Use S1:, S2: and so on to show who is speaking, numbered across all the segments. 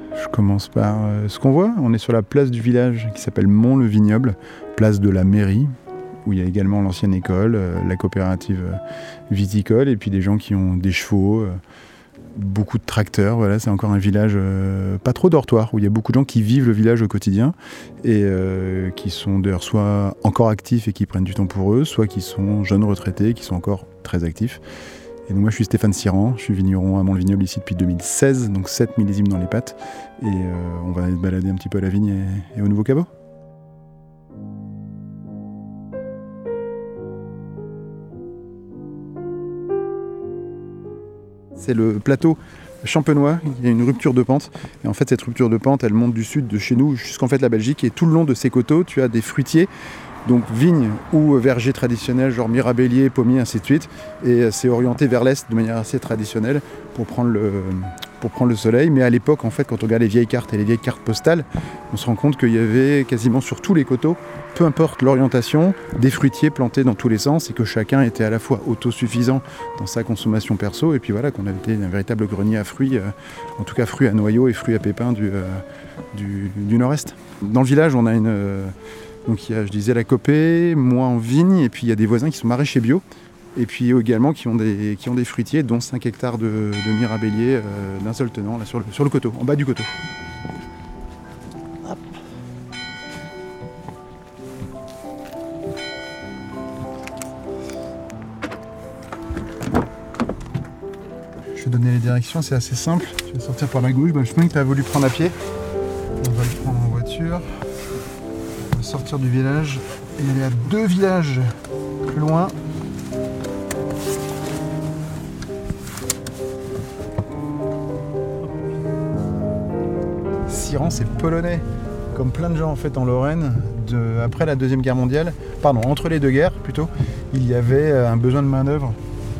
S1: Je commence par ce qu'on voit. On est sur la place du village qui s'appelle Mont-le-Vignoble, place de la mairie, où il y a également l'ancienne école, la coopérative viticole, et puis des gens qui ont des chevaux, beaucoup de tracteurs. Voilà, c'est encore un village pas trop dortoir, où il y a beaucoup de gens qui vivent le village au quotidien et qui sont d'ailleurs soit encore actifs et qui prennent du temps pour eux, soit qui sont jeunes retraités, qui sont encore très actifs. Et donc moi je suis Stéphane Siran, je suis vigneron à Mont-le-Vignoble ici depuis 2016, donc 7 millésimes dans les pattes. Et on va aller se balader un petit peu à la vigne et au Nouveau Caveau. C'est le plateau champenois, il y a une rupture de pente. Et en fait cette rupture de pente elle monte du sud de chez nous jusqu'en fait la Belgique. Et tout le long de ces coteaux tu as des fruitiers. Donc vignes ou vergers traditionnels, genre mirabellier, pommier, ainsi de suite. Et c'est orienté vers l'est de manière assez traditionnelle pour prendre le soleil. Mais à l'époque, en fait, quand on regarde les vieilles cartes et les vieilles cartes postales, on se rend compte qu'il y avait quasiment sur tous les coteaux, peu importe l'orientation, des fruitiers plantés dans tous les sens et que chacun était à la fois autosuffisant dans sa consommation perso et puis voilà, qu'on avait été un véritable grenier à fruits, en tout cas fruits à noyaux et fruits à pépins du nord-est. Dans le village, on a donc il y a, je disais, la copée, moi en vigne, et puis il y a des voisins qui sont maraîchers bio, et puis également qui ont des fruitiers, dont 5 hectares de mirabellier d'un seul tenant, là sur le coteau, en bas du coteau. Hop. Je vais donner les directions, c'est assez simple. Tu vas sortir par la gauche, le chemin que tu as voulu prendre à pied. On va le prendre en voiture. Sortir du village et aller à 2 villages plus loin. Siran, c'est polonais, comme plein de gens en fait en Lorraine. Après la Deuxième Guerre mondiale, entre les deux guerres plutôt, il y avait un besoin de main-d'œuvre.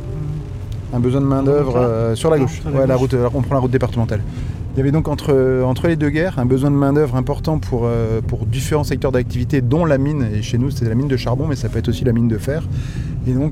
S1: Sur la gauche. Ouais, la route, on prend la route départementale. Il y avait donc entre les deux guerres un besoin de main-d'œuvre important pour différents secteurs d'activité, dont la mine. Et chez nous, c'était la mine de charbon, mais ça peut être aussi la mine de fer. Et donc,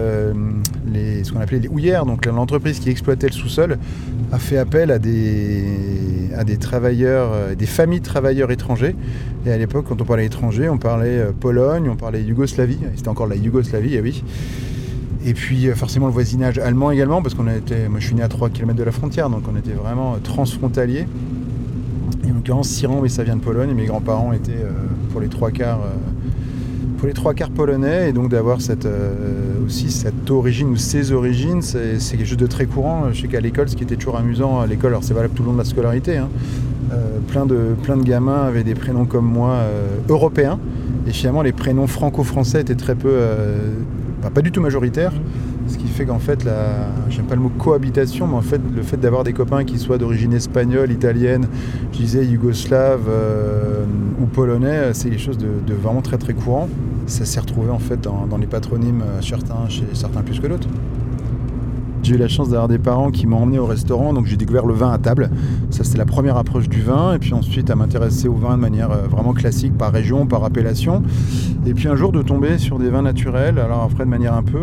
S1: ce qu'on appelait les houillères, donc l'entreprise qui exploitait le sous-sol, a fait appel à des travailleurs, des familles de travailleurs étrangers. Et à l'époque, quand on parlait étranger, on parlait Pologne, on parlait Yougoslavie. C'était encore la Yougoslavie, oui. Et puis forcément le voisinage allemand également, parce moi je suis né à 3 km de la frontière, donc on était vraiment transfrontaliers. Et en l'occurrence Siran, mais ça vient de Pologne, et mes grands-parents étaient pour les trois quarts polonais, et donc d'avoir cette origine ou ces origines, c'est quelque chose de très courant. Je sais qu'à l'école, ce qui était toujours amusant à l'école, alors c'est valable tout le long de la scolarité, plein de gamins avaient des prénoms comme moi européens, et finalement les prénoms franco-français étaient très peu... pas du tout majoritaire, ce qui fait qu'en fait, j'aime pas le mot cohabitation, mais en fait, le fait d'avoir des copains qui soient d'origine espagnole, italienne, je disais yougoslave ou polonais, c'est quelque chose de vraiment très très courant. Ça s'est retrouvé en fait dans les patronymes, chez certains plus que d'autres. J'ai eu la chance d'avoir des parents qui m'ont emmené au restaurant, donc j'ai découvert le vin à table. Ça, c'était la première approche du vin, et puis ensuite à m'intéresser au vin de manière vraiment classique, par région, par appellation. Et puis un jour de tomber sur des vins naturels, alors après de manière un peu...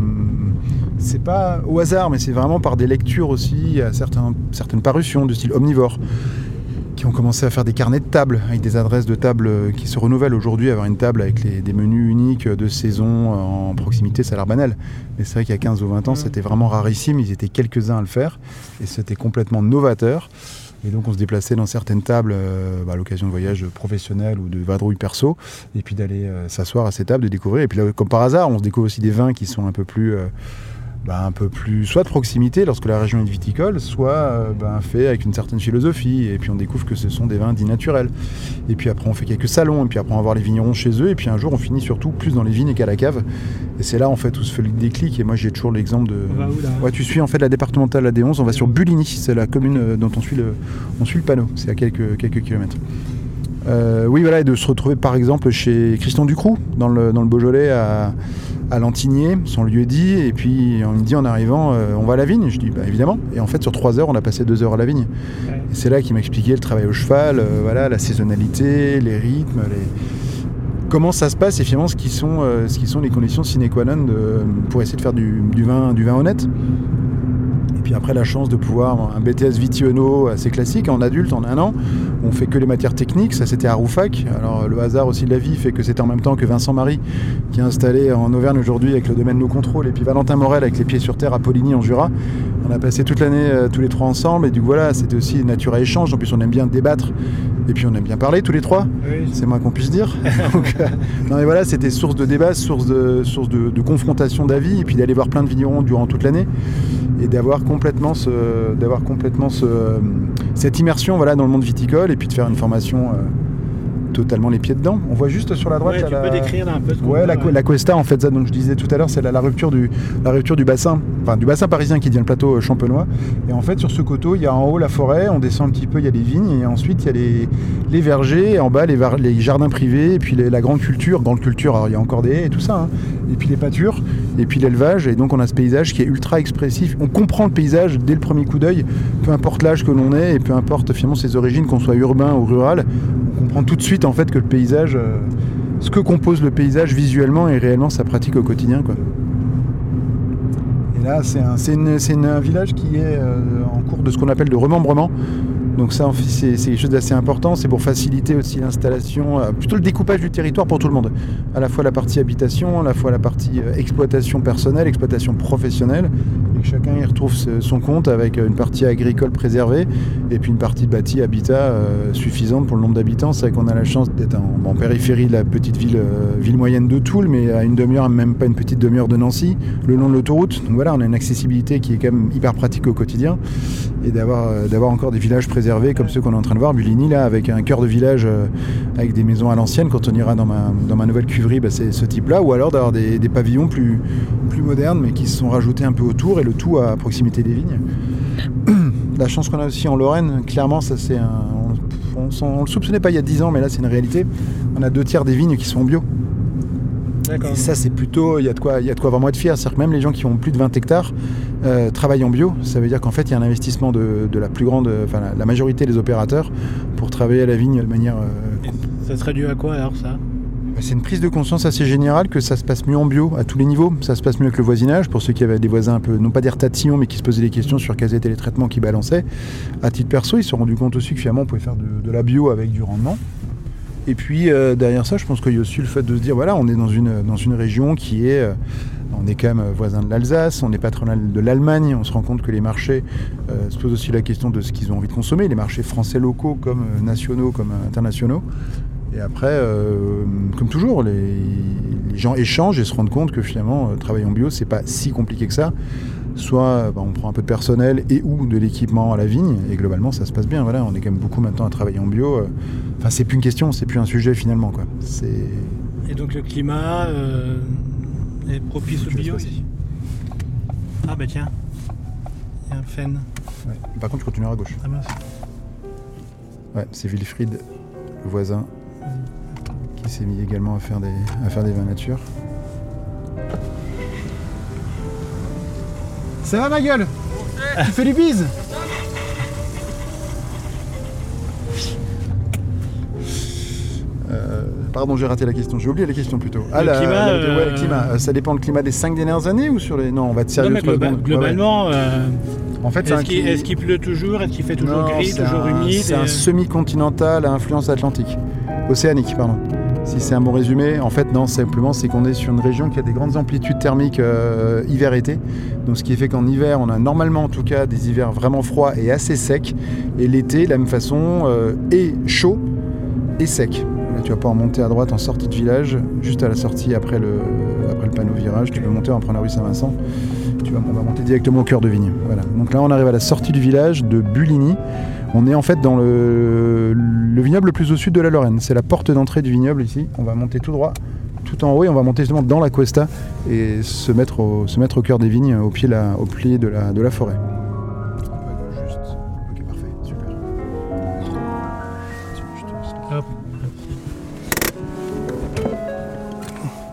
S1: c'est pas au hasard, mais c'est vraiment par des lectures aussi, à certaines parutions de style omnivore, qui ont commencé à faire des carnets de table, avec des adresses de table qui se renouvellent aujourd'hui. Avoir une table avec des menus uniques de saison en proximité, ça a l'air banal. Mais c'est vrai qu'il y a 15 ou 20 ans, c'était vraiment rarissime. Ils étaient quelques-uns à le faire, et c'était complètement novateur. Et donc on se déplaçait dans certaines tables à l'occasion de voyages professionnels ou de vadrouilles perso, et puis d'aller s'asseoir à ces tables, de découvrir. Et puis là, comme par hasard, on se découvre aussi des vins qui sont un peu plus soit de proximité lorsque la région est viticole, soit fait avec une certaine philosophie, et puis on découvre que ce sont des vins dits naturels. Et puis après on fait quelques salons, et puis après on va voir les vignerons chez eux, et puis un jour on finit surtout plus dans les vignes qu'à la cave. Et c'est là en fait où se fait le déclic. Et moi j'ai toujours l'exemple de... tu suis en fait la départementale AD11, on va sur Bulligny, c'est la commune dont on suit le panneau, c'est à quelques kilomètres. Et de se retrouver par exemple chez Christian Ducroux dans le Beaujolais à Lantigné, son lieu dit, et puis on me dit en arrivant on va à la vigne, je dis évidemment, et en fait sur 3 heures on a passé 2 heures à la vigne. Et c'est là qu'il m'a expliqué le travail au cheval, la saisonnalité, les rythmes, comment ça se passe, et finalement ce qui sont les conditions sine qua non pour essayer de faire du vin honnête. Et Puis après, la chance de pouvoir un BTS Vitiono assez classique en adulte en 1 an. On fait que les matières techniques, ça c'était à Roufac. Alors le hasard aussi de la vie fait que c'était en même temps que Vincent Marie qui est installé en Auvergne aujourd'hui avec le domaine No Contrôle, et puis Valentin Morel avec les pieds sur terre à Poligny en Jura. On a passé toute l'année tous les 3 ensemble, et du coup voilà, c'était aussi nature à échange. En plus on aime bien débattre et puis on aime bien parler tous les 3. Oui. C'est moins qu'on puisse dire. Donc, non mais voilà, c'était source de débat, source de confrontation d'avis, et puis d'aller voir plein de vignerons durant toute l'année et d'avoir complètement cette immersion voilà, dans le monde viticole, et puis de faire une formation totalement les pieds dedans. On voit juste sur la droite.
S2: Ouais, tu peux décrire un peu ce qu'on
S1: la Cuesta en fait, ça, donc je disais tout à l'heure, c'est la rupture du bassin, enfin du bassin parisien qui devient le plateau champenois. Et en fait sur ce coteau, il y a en haut la forêt, on descend un petit peu, il y a les vignes, et ensuite il y a les vergers, et en bas les jardins privés, et puis la grande culture, alors il y a encore des haies et tout ça, hein. Et puis les pâtures, et puis l'élevage, et donc on a ce paysage qui est ultra expressif. On comprend le paysage dès le premier coup d'œil, peu importe l'âge que l'on est, et peu importe finalement ses origines, qu'on soit urbain ou rural, on comprend tout de suite en fait que le paysage, ce que compose le paysage visuellement et réellement sa pratique au quotidien, quoi. Et là c'est un village qui est en cours de ce qu'on appelle de remembrement. Donc ça c'est quelque chose d'assez important, c'est pour faciliter aussi l'installation, plutôt le découpage du territoire pour tout le monde. À la fois la partie habitation, à la fois la partie exploitation personnelle, exploitation professionnelle, et que chacun y retrouve son compte avec une partie agricole préservée et puis une partie de bâti habitat suffisante pour le nombre d'habitants. C'est vrai qu'on a la chance d'être en périphérie de la petite ville moyenne de Toul, mais à une demi-heure, même pas une petite demi-heure de Nancy, le long de l'autoroute. Donc voilà, on a une accessibilité qui est quand même hyper pratique au quotidien, et d'avoir encore des villages préservés comme ceux qu'on est en train de voir, Buligny là, avec un cœur de village avec des maisons à l'ancienne. Quand on ira dans ma nouvelle cuverie, c'est ce type là, ou alors d'avoir des pavillons plus modernes mais qui se sont rajoutés un peu autour, et le tout à proximité des vignes. La chance qu'on a aussi en Lorraine, clairement, ça c'est on le soupçonnait pas il y a 10 ans, mais là c'est une réalité. On a 2/3 des vignes qui sont bio. D'accord. Et ça c'est plutôt, il y a de quoi vraiment être fier. C'est-à-dire que même les gens qui ont plus de 20 hectares travaillent en bio. Ça veut dire qu'en fait il y a un investissement de la plus grande, la majorité des opérateurs pour travailler à la vigne de manière...
S2: Ça serait dû à quoi alors ça ?
S1: C'est une prise de conscience assez générale que ça se passe mieux en bio à tous les niveaux. Ça se passe mieux avec le voisinage, pour ceux qui avaient des voisins un peu, non pas des retatillons, mais qui se posaient des questions sur quels étaient les traitements qui balançaient. À titre perso, ils se sont rendus compte aussi que finalement on pouvait faire de la bio avec du rendement. Et puis derrière ça, je pense qu'il y a aussi le fait de se dire, voilà, on est dans une région qui est... on est quand même voisin de l'Alsace, on est patronal de l'Allemagne, on se rend compte que les marchés se posent aussi la question de ce qu'ils ont envie de consommer, les marchés français locaux comme nationaux, comme internationaux. Et après, comme toujours, les gens échangent et se rendent compte que finalement, travailler en bio, c'est pas si compliqué que ça. Soit on prend un peu de personnel et ou de l'équipement à la vigne, et globalement ça se passe bien. Voilà, on est quand même beaucoup maintenant à travailler en bio. Enfin, c'est plus une question, c'est plus un sujet finalement, quoi.
S2: Et donc le climat est propice au bio ici. Ah bah tiens, il y a un phène.
S1: Ouais. Par contre, tu continueras à gauche.
S2: Ah mince.
S1: Ouais, c'est Wilfried, le voisin, qui s'est mis également à faire des vins nature. Ça va ma gueule? Tu fais du bise? Pardon, j'ai raté la question. J'ai oublié la question plutôt.
S2: Le
S1: climat. Ça dépend le climat des 5 dernières années ou sur les... Non, on va être sérieux.
S2: Non, mais globalement,
S1: en fait,
S2: est-ce qu'il pleut toujours? Est-ce qu'il fait toujours gris, toujours humide?
S1: C'est un semi-continental à influence atlantique. Océanique, pardon. Si c'est un bon résumé, en fait non, simplement c'est qu'on est sur une région qui a des grandes amplitudes thermiques hiver-été. Donc ce qui fait qu'en hiver, on a normalement en tout cas des hivers vraiment froids et assez secs. Et l'été, de la même façon, est chaud et sec. Là, tu vas pouvoir monter à droite en sortie de village, juste à la sortie après le panneau virage. Tu peux monter, on prend la rue Saint-Vincent. On va monter directement au cœur de vigne. Voilà. Donc là, on arrive à la sortie du village de Buligny. On est en fait dans le vignoble le plus au sud de la Lorraine. C'est la porte d'entrée du vignoble ici. On va monter tout droit, tout en haut, et on va monter justement dans la Cuesta et se mettre au cœur des vignes, au pied de la forêt. Juste. Ok, parfait, super.
S2: Hop.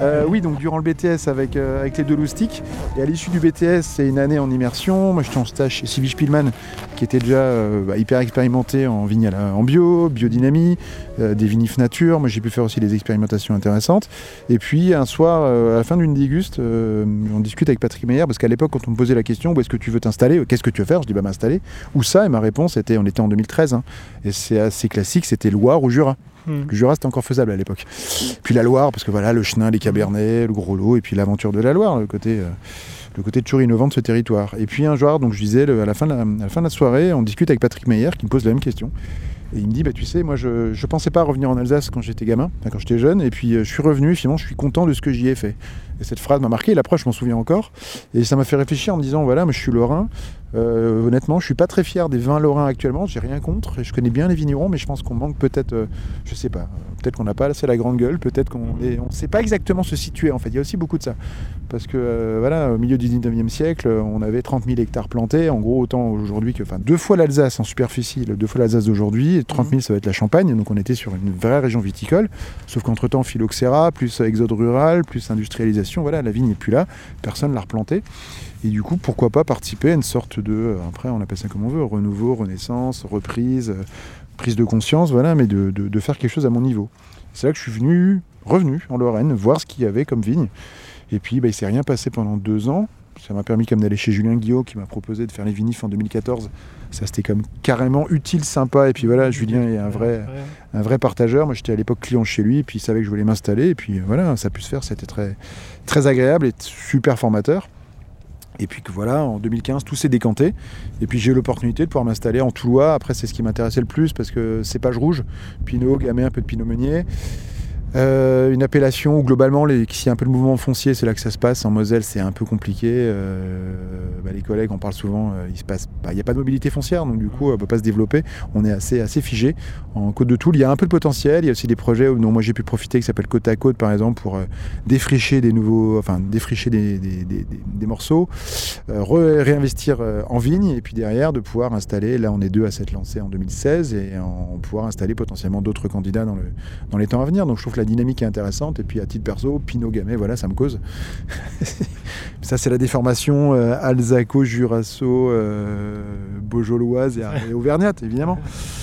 S1: Oui, donc durant le BTS avec les deux loustiques. Et à l'issue du BTS, c'est une année en immersion. Moi, j'étais en stage chez Sylvie Spielmann, qui était déjà hyper expérimenté en vigne en bio, biodynamie, des vinifs nature. Moi, j'ai pu faire aussi des expérimentations intéressantes. Et puis, un soir, à la fin d'une déguste, on discute avec Patrick Meyer, parce qu'à l'époque, quand on me posait la question, où est-ce que tu veux t'installer, qu'est-ce que tu veux faire, je dis m'installer. Où ça? Et ma réponse était, on était en 2013, hein, et c'est assez classique, c'était Loire ou Jura. Le Jura, c'était encore faisable à l'époque. Puis la Loire, parce que voilà, le Chenin, les Cabernets, le Gros Lot, et puis l'aventure de la Loire, le côté toujours innovant de ce territoire. Et puis un jour, donc je disais, à la fin de la soirée, on discute avec Patrick Meyer, qui me pose la même question. Et il me dit, tu sais, moi je pensais pas revenir en Alsace quand j'étais gamin, quand j'étais jeune, et puis je suis revenu, et finalement je suis content de ce que j'y ai fait. Et cette phrase m'a marqué, l'approche je m'en souviens encore, et ça m'a fait réfléchir en me disant, voilà, moi je suis lorrain, honnêtement je suis pas très fier des vins lorrains actuellement, j'ai rien contre, et je connais bien les vignerons, mais je pense qu'on manque peut-être, je sais pas, peut-être qu'on n'a pas assez la grande gueule, peut-être qu'on sait pas exactement se situer en fait, il y a aussi beaucoup de ça. Parce que voilà, au milieu du 19e siècle, on avait 30 000 hectares plantés, en gros autant aujourd'hui que, deux fois l'Alsace en superficie, deux fois l'Alsace d'aujourd'hui, et 30 000 ça va être la Champagne, donc on était sur une vraie région viticole, sauf qu'entre-temps phylloxéra, plus exode rural, plus industrialisation, voilà, la vigne n'est plus là, personne ne l'a replantée. Et du coup, pourquoi pas participer à une sorte de, après on appelle ça comme on veut, renouveau, renaissance, reprise, prise de conscience, voilà, mais de faire quelque chose à mon niveau. C'est là que je suis revenu en Lorraine, voir ce qu'il y avait comme vigne. Et puis il ne s'est rien passé pendant 2 ans. Ça m'a permis comme d'aller chez Julien Guillot qui m'a proposé de faire les vinifs en 2014. Ça c'était comme carrément utile, sympa. Et puis voilà, Julien est un vrai partageur. Moi j'étais à l'époque client chez lui, et puis il savait que je voulais m'installer. Et puis voilà, ça a pu se faire, c'était très, très agréable et super formateur. Et puis que voilà, en 2015, tout s'est décanté. Et puis j'ai eu l'opportunité de pouvoir m'installer en Toulois. Après, c'est ce qui m'intéressait le plus parce que cépage rouge, Pinot, Gamay, un peu de Pinot Meunier. Une appellation où globalement, s'il y a un peu de mouvement foncier, c'est là que ça se passe. En Moselle, c'est un peu compliqué. Les collègues en parlent souvent. Il n'y a pas de mobilité foncière, donc du coup, on ne peut pas se développer. On est assez figé. En Côte de Toul, il y a un peu de potentiel. Il y a aussi des projets dont moi j'ai pu profiter, qui s'appellent Côte à Côte, par exemple, pour défricher des morceaux, réinvestir en vigne, et puis derrière, de pouvoir installer. Là, on est 2 à s'être lancés en 2016, et on pouvoir installer potentiellement d'autres candidats dans les temps à venir. Donc je trouve que la dynamique est intéressante. Et puis à titre perso, Pinot Gamay, voilà, ça me cause. Ça, c'est la déformation alsaco, jurasso, beaujolloise et auvergnate, évidemment.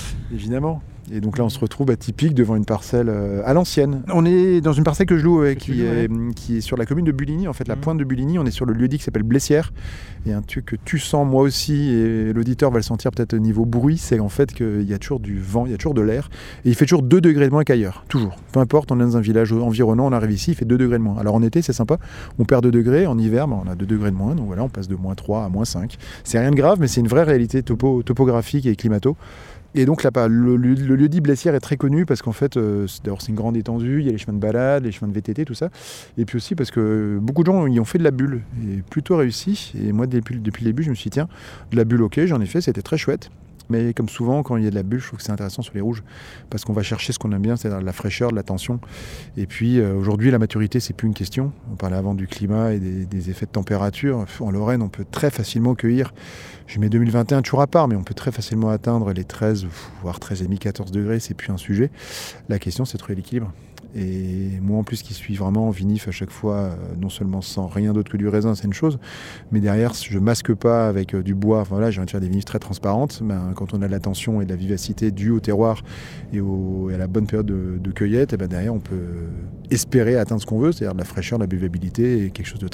S1: Et donc là, on se retrouve typique devant une parcelle à l'ancienne. On est dans une parcelle que je loue qui est sur la commune de Bulligny, en fait, la pointe de Bulligny. On est sur le lieu-dit qui s'appelle Blessières. Et un truc que tu sens, moi aussi, et l'auditeur va le sentir peut-être au niveau bruit, c'est en fait qu'il y a toujours du vent, il y a toujours de l'air. Et il fait toujours 2 degrés de moins qu'ailleurs, toujours. Peu importe, on est dans un village environnant, on arrive ici, il fait 2 degrés de moins. Alors en été, c'est sympa, on perd 2 degrés. En hiver, on a 2 degrés de moins. Donc voilà, on passe de -3 à -5. C'est rien de grave, mais c'est une vraie réalité topographique et climato. Et donc là, le lieu-dit Blessières est très connu parce qu'en fait, d'abord c'est une grande étendue, il y a les chemins de balade, les chemins de VTT, tout ça. Et puis aussi parce que beaucoup de gens y ont fait de la bulle, et plutôt réussi. Et moi, depuis le début, je me suis dit, tiens, de la bulle, ok, j'en ai fait, c'était très chouette. Mais comme souvent, quand il y a de la bulle, je trouve que c'est intéressant sur les rouges, parce qu'on va chercher ce qu'on aime bien, c'est-à-dire de la fraîcheur, de la tension. Et puis aujourd'hui, la maturité, c'est plus une question. On parlait avant du climat et des effets de température. En Lorraine, on peut très facilement cueillir, je mets 2021 toujours à part, mais on peut très facilement atteindre les 13, voire 13,5, 14 degrés, c'est plus un sujet. La question, c'est de trouver l'équilibre. Et moi en plus qui suis vraiment en vinif à chaque fois, non seulement sans rien d'autre que du raisin, c'est une chose, mais derrière je masque pas avec du bois. Enfin, voilà, j'ai envie de faire des vinifs très transparentes. Quand on a de la tension et de la vivacité due au terroir et à la bonne période de cueillette, et derrière on peut espérer atteindre ce qu'on veut, c'est-à-dire de la fraîcheur, de la buvabilité et quelque chose de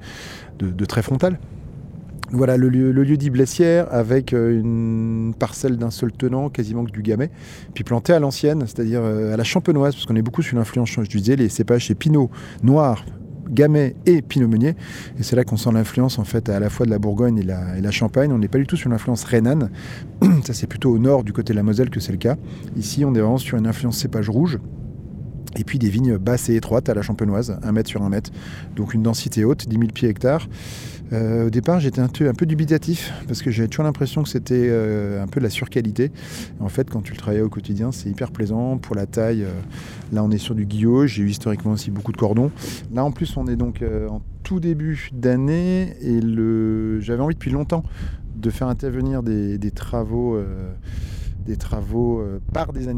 S1: très frontal. Voilà le lieu-dit Blessières avec une parcelle d'un seul tenant, quasiment que du Gamay, puis planté à l'ancienne, c'est-à-dire à la champenoise, parce qu'on est beaucoup sous l'influence, je disais, les cépages c'est Pinot Noir, Gamay et Pinot Meunier, et c'est là qu'on sent l'influence en fait à la fois de la Bourgogne et la Champagne. On n'est pas du tout sur l'influence rhénane, ça c'est plutôt au nord du côté de la Moselle que c'est le cas. Ici on est vraiment sur une influence cépage rouge. Et puis des vignes basses et étroites à la champenoise, 1 mètre sur 1 mètre. Donc une densité haute, 10 000 pieds hectares. Au départ, j'étais un peu dubitatif parce que j'avais toujours l'impression que c'était un peu de la surqualité. En fait, quand tu le travailles au quotidien, c'est hyper plaisant. Pour la taille, là on est sur du Guillot. J'ai eu historiquement aussi beaucoup de cordons. Là en plus, on est donc en tout début d'année et j'avais envie depuis longtemps de faire intervenir des travaux par des animaux.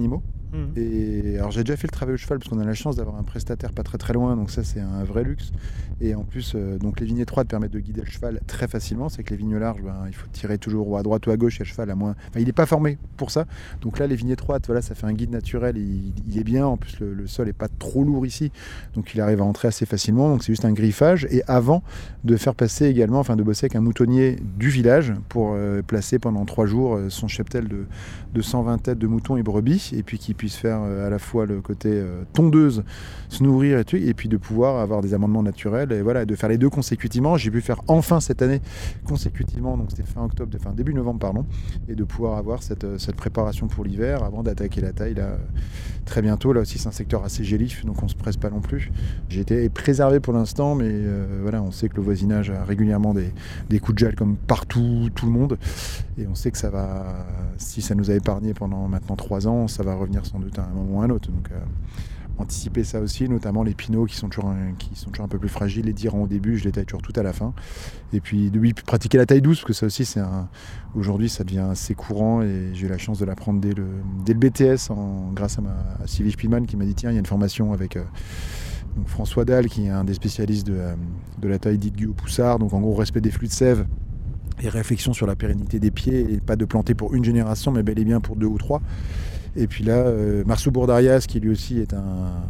S1: Et alors j'ai déjà fait le travail au cheval parce qu'on a la chance d'avoir un prestataire pas très très loin, donc ça c'est un vrai luxe. Et en plus, donc les vignes étroites permettent de guider le cheval très facilement. C'est que les vignes larges, il faut tirer toujours ou à droite ou à gauche et le cheval à moins. Enfin, il n'est pas formé pour ça. Donc là, les vignes étroites, voilà, ça fait un guide naturel. Il est bien. En plus, le sol est pas trop lourd ici, donc il arrive à entrer assez facilement. Donc c'est juste un griffage. Et avant de faire passer également, enfin de bosser avec un moutonnier du village pour placer pendant 3 jours son cheptel de 120 têtes de moutons et brebis, et puis qu'il puisse faire à la fois le côté tondeuse, se nourrir et puis de pouvoir avoir des amendements naturels et voilà, de faire les deux consécutivement. J'ai pu faire enfin cette année consécutivement, donc c'était début novembre pardon, et de pouvoir avoir cette préparation pour l'hiver avant d'attaquer la taille là, très bientôt. Là aussi c'est un secteur assez gélif, donc on se presse pas non plus. J'ai été préservé pour l'instant, mais voilà, on sait que le voisinage a régulièrement des coups de gel comme partout, tout le monde, et on sait que ça va, si ça nous a épargné pendant maintenant 3 ans, ça va revenir sans doute à un moment ou à un autre. Donc anticiper ça aussi, notamment les pinots qui sont toujours un peu plus fragiles. Les 10 rangs au début, je les taille toujours tout à la fin. Et puis pratiquer la taille douce, parce que ça aussi aujourd'hui ça devient assez courant, et j'ai eu la chance de l'apprendre dès le BTS grâce à Sylvie Spielmann qui m'a dit tiens, il y a une formation avec donc François Dalle qui est un des spécialistes de la taille dite Guillaume-Poussard, donc en gros respect des flux de sève et réflexion sur la pérennité des pieds, et pas de planter pour une génération mais bel et bien pour 2 ou 3. Et puis là, Marceau Bourdarias, qui lui aussi est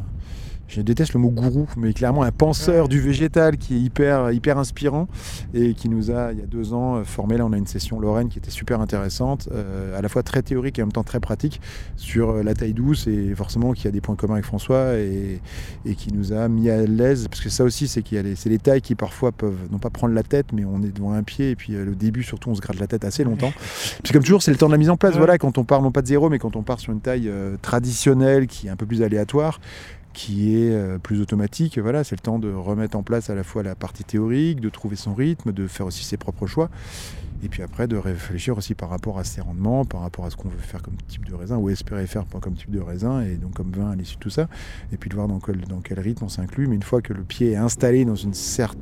S1: je déteste le mot gourou, mais clairement un penseur du végétal qui est hyper inspirant, et qui nous a, il y a 2 ans, formé. Là, on a une session Lorraine qui était super intéressante, à la fois très théorique et en même temps très pratique, sur la taille douce, et forcément qui a des points communs avec François, et qui nous a mis à l'aise, parce que ça aussi, c'est c'est les tailles qui parfois peuvent non pas prendre la tête, mais on est devant un pied, et puis au début, surtout, on se gratte la tête assez longtemps. Puis comme toujours, c'est le temps de la mise en place. Voilà, quand on part non pas de zéro, mais quand on part sur une taille traditionnelle qui est un peu plus aléatoire, qui est plus automatique, voilà, c'est le temps de remettre en place à la fois la partie théorique, de trouver son rythme, de faire aussi ses propres choix, et puis après de réfléchir aussi par rapport à ses rendements, par rapport à ce qu'on veut faire comme type de raisin, ou espérer faire comme type de raisin, et donc comme vin à l'issue de tout ça, et puis de voir dans quel rythme on s'inclut. Mais une fois que le pied est installé dans un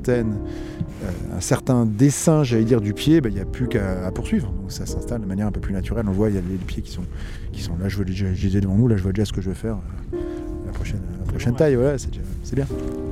S1: certain dessin, j'allais dire, du pied, il n'y a plus qu'à poursuivre. Donc ça s'installe de manière un peu plus naturelle. On voit, il y a les pieds qui sont là, je les ai devant nous, là je vois déjà ce que je veux faire. La prochaine taille, voilà, c'est bien.